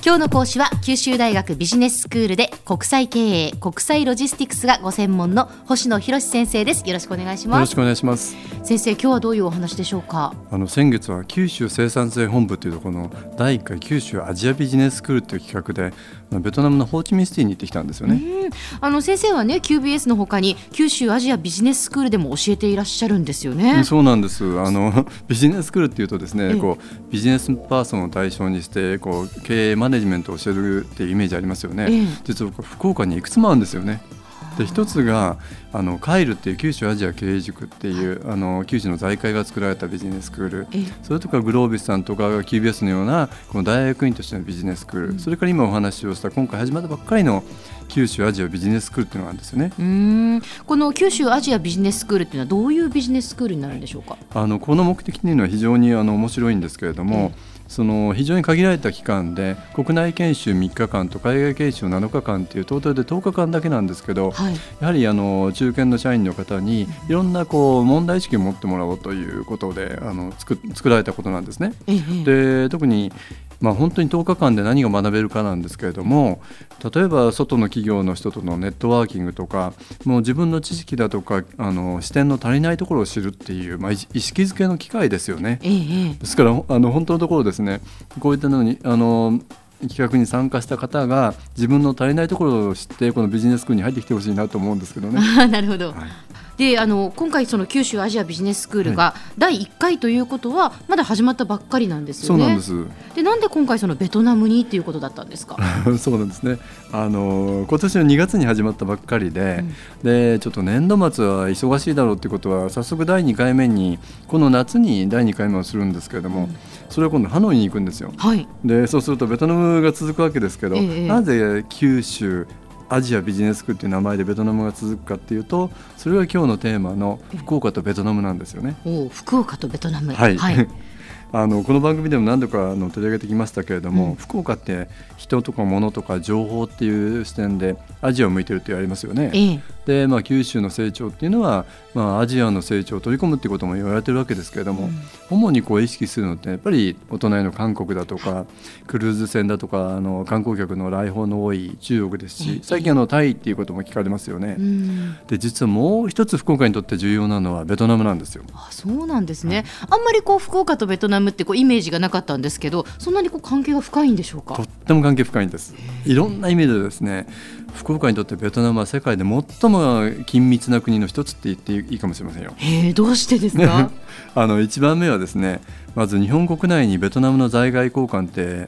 今日の講師は九州大学ビジネススクールで国際経営国際ロジスティクスがご専門の星野博先生です。よろしくお願いします。 よろしくお願いします。 先生、今日はどういうお話でしょうか。 先月は九州生産性本部というところの第1回九州アジアビジネススクールという企画でベトナムのホーチミンシティに行ってきたんですよね。 先生はね QBS の他に九州アジアビジネススクールでも教えていらっしゃるんですよね。 そうなんです。ビジネススクールっていうとですね、ビジネスパーソンを対象にして経営マネジメントを教えるっていうイメージありますよね。実は福岡にいくつもあるんですよね。で一つがカイルっていう九州アジア経営塾っていう九州の財界が作られたビジネススクール、それとかグロービスさんとか QBS のようなこの大学院としてのビジネススクール、それから今お話をした今回始まったばっかりの九州アジアビジネススクールっていうのがあるんですよね。 この九州アジアビジネススクールっていうのはどういうビジネススクールになるんでしょうか。 この目的というのは非常に面白いんですけれども、その非常に限られた期間で国内研修3日間と海外研修7日間というトータルで10日間だけなんですけど、やはり中堅の社員の方にいろんな問題意識を持ってもらおうということで作られたことなんですね。で特に本当に10日間で何が学べるかなんですけれども、例えば外の企業の人とのネットワーキングとか、もう自分の知識だとか視点の足りないところを知るっていう、意識づけの機会ですよね。ですから本当のところですね、こういったのに企画に参加した方が自分の足りないところを知ってこのビジネススクールに入ってきてほしいなと思うんですけどね。 なるほど。で今回その九州アジアビジネススクールが第1回ということはまだ始まったばっかりなんですよね。 そうなんです。 でなんで今回そのベトナムにっていうことだったんですか。 そうなんですね。今年の2月に始まったばっかりで、でちょっと年度末は忙しいだろうということは早速第2回目にこの夏に第2回目をするんですけれども、それは今度ハノイに行くんですよ。でそうするとベトナムが続くわけですけど、なぜ九州アジアビジネススクールという名前でベトナムが続くかっていうと、それが今日のテーマの福岡とベトナムなんですよね。 福岡とベトナム、 この番組でも何度か取り上げてきましたけれども、福岡って人とか物とか情報っていう視点でアジアを向いてるって言われますよね。で九州の成長っていうのは、アジアの成長を取り込むっていうことも言われてるわけですけれども、主に意識するのってやっぱりお隣の韓国だとかクルーズ船だとか観光客の来訪の多い中国ですし、最近タイっていうことも聞かれますよね。で実はもう一つ福岡にとって重要なのはベトナムなんですよ。 そうなんですね。あんまり福岡とベトナムってイメージがなかったんですけど、そんなに関係が深いんでしょうか。 とっても関係深いんです。いろんな意味でですね、福岡にとってベトナムは世界で最も緊密な国の一つって言っていいかもしれませんよ。 どうしてですか。 1番目はですね、まず日本国内にベトナムの在外公館って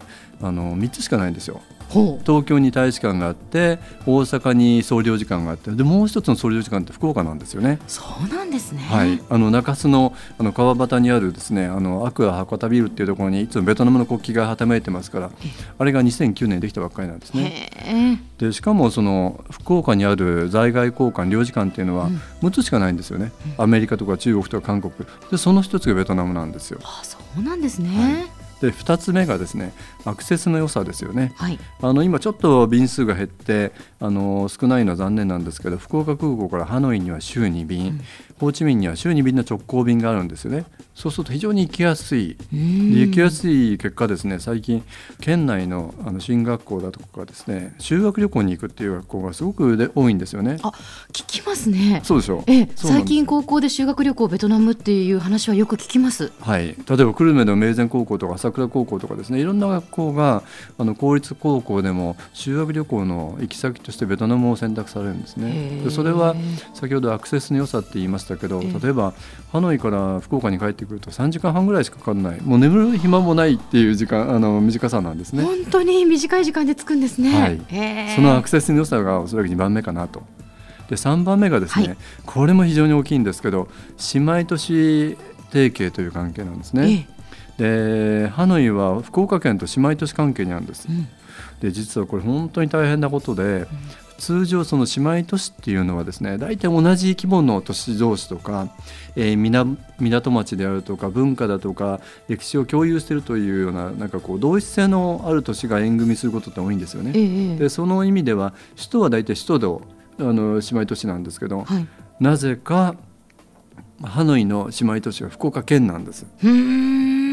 3つしかないんですよ。東京に大使館があって大阪に総領事館があって、でもう一つの総領事館って福岡なんですよね。 そうなんですね。 中洲の川端にあるですねアクア博多ビルっていうところにいつもベトナムの国旗がはためいてますから、あれが2009年できたばっかりなんですね。でしかもその福岡にある在外公館領事館っていうのは6つしかないんですよね。アメリカとか中国とか韓国で、その一つがベトナムなんですよ。 そうなんですね。 で2つ目がですね、アクセスの良さですよね。今ちょっと便数が減って少ないのは残念なんですけど、福岡空港からハノイには週2便、ホーチミンには週2便の直行便があるんですよね。そうすると非常に行きやすい。行きやすい結果ですね、最近県内の進学校だとかですね、修学旅行に行くっていう学校がすごく多いんですよね。 聞きますね。 そうでしょ。 最近高校で修学旅行ベトナムっていう話はよく聞きます。 例えば久留米の明善高校とか朝倉高校とかですね、いろんな学校が公立高校でも修学旅行の行き先としてベトナムを選択されるんですね。でそれは先ほどアクセスの良さって言いましたけど、例えばハノイから福岡に帰ってくると3時間半ぐらいしかかからない、もう眠る暇もないっていう時間短さなんですね。 本当に短い時間で着くんですね。 そのアクセスの良さがおそらく2番目かなと。で3番目がですね、これも非常に大きいんですけど、姉妹都市提携という関係なんですね。でハノイは福岡県と姉妹都市関係にあるんです。で実はこれ本当に大変なことで、通常その姉妹都市っていうのはですね、大体同じ規模の都市同士とか、港町であるとか文化だとか歴史を共有しているというような、同一性のある都市が縁組みすることって多いんですよね。でその意味では首都は大体首都で姉妹都市なんですけど、なぜかハノイの姉妹都市は福岡県なんです。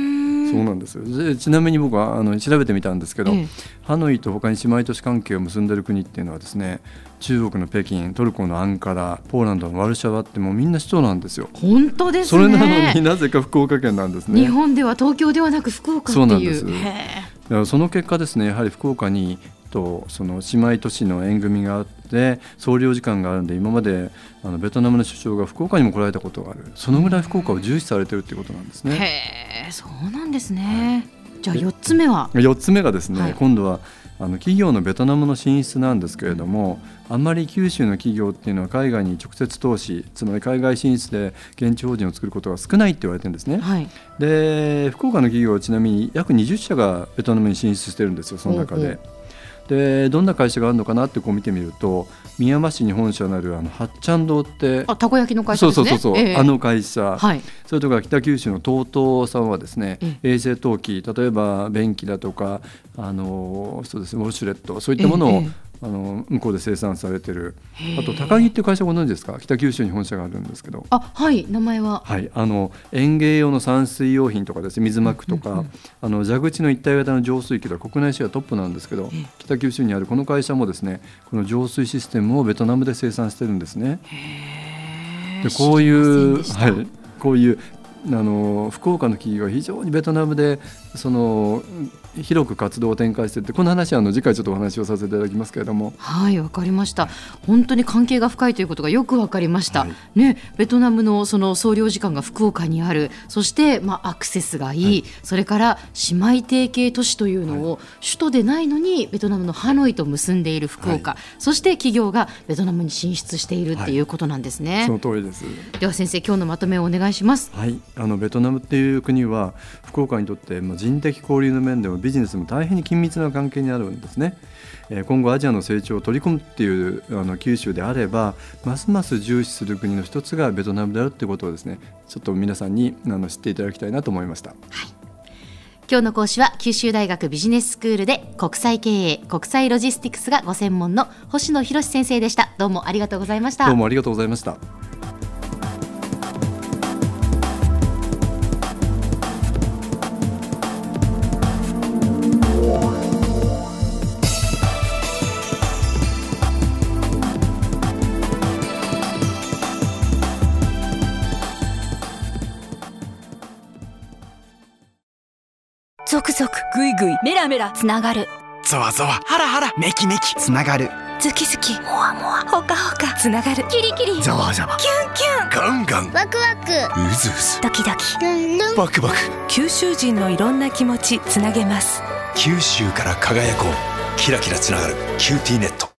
そうなんですよ。でちなみに僕は調べてみたんですけど、ハノイと他に姉妹都市関係を結んでいる国っていうのはですね、中国の北京、トルコのアンカラ、ポーランドのワルシャワってもうみんな首都なんですよ。 本当ですね。 それなのになぜか福岡県なんですね。 日本では東京ではなく福岡っていう。そうなんです。 だからその結果ですね、やはり福岡にその姉妹都市の縁組があって総領事館があるんで、今までベトナムの首相が福岡にも来られたことがある。そのぐらい福岡を重視されてるっていうことなんですね。 へー、そうなんですね。じゃあ4つ目は 4つ目がですね、今度は企業のベトナムの進出なんですけれども、あんまり九州の企業っていうのは海外に直接投資、つまり海外進出で現地法人を作ることが少ないって言われてるんですね。で福岡の企業はちなみに約20社がベトナムに進出してるんですよ。その中でどんな会社があるのかなってこう見てみると、宮山市に本社なるハッチャンドってたこ焼きの会社ですね。 そう、会社、それとか北九州のTOTOさんはですね、衛生陶器、例えば便器だとかそうですね、ウォシュレット、そういったものを向こうで生産されてる。あと高木っていう会社ご存知ですか？北九州に本社があるんですけど。 はい、名前は。 園芸用の散水用品とかですね、水膜とか、蛇口の一体型の浄水器で国内シェアトップなんですけど、北九州にあるこの会社もですね、この浄水システムをベトナムで生産してるんですね。でこういう福岡の企業は非常にベトナムで広く活動を展開していて、この話は次回ちょっとお話をさせていただきますけれども。 はい、わかりました。本当に関係が深いということがよくわかりました、ベトナムのその総領事館が福岡にある、そして、アクセスがいい、それから姉妹提携都市というのを、首都でないのにベトナムのハノイと結んでいる福岡、そして企業がベトナムに進出しているっていうことなんですね。 その通りです。 では先生、今日のまとめをお願いします。 ベトナムっていう国は福岡にとって人的交流の面でもビジネスも大変に緊密な関係にあるんですね。今後アジアの成長を取り込むっていう九州であれば、ますます重視する国の一つがベトナムであるということをですね、ちょっと皆さんに知っていただきたいなと思いました。 今日の講師は九州大学ビジネススクールで国際経営国際ロジスティクスがご専門の星野博先生でした。どうもありがとうございました。 どうもありがとうございました。 ゾクゾクグイグイメラメラつながる、 ゾワゾワハラハラメキメキつながる、 ズキズキモワモワホカホカつながる、キリキリザワザワキュンキュンガンガンワクワクウズウズドキドキルンルンバクバク、 九州人のいろんな気持ちつなげます。 九州から輝こう、キラキラつながるキューティーネット。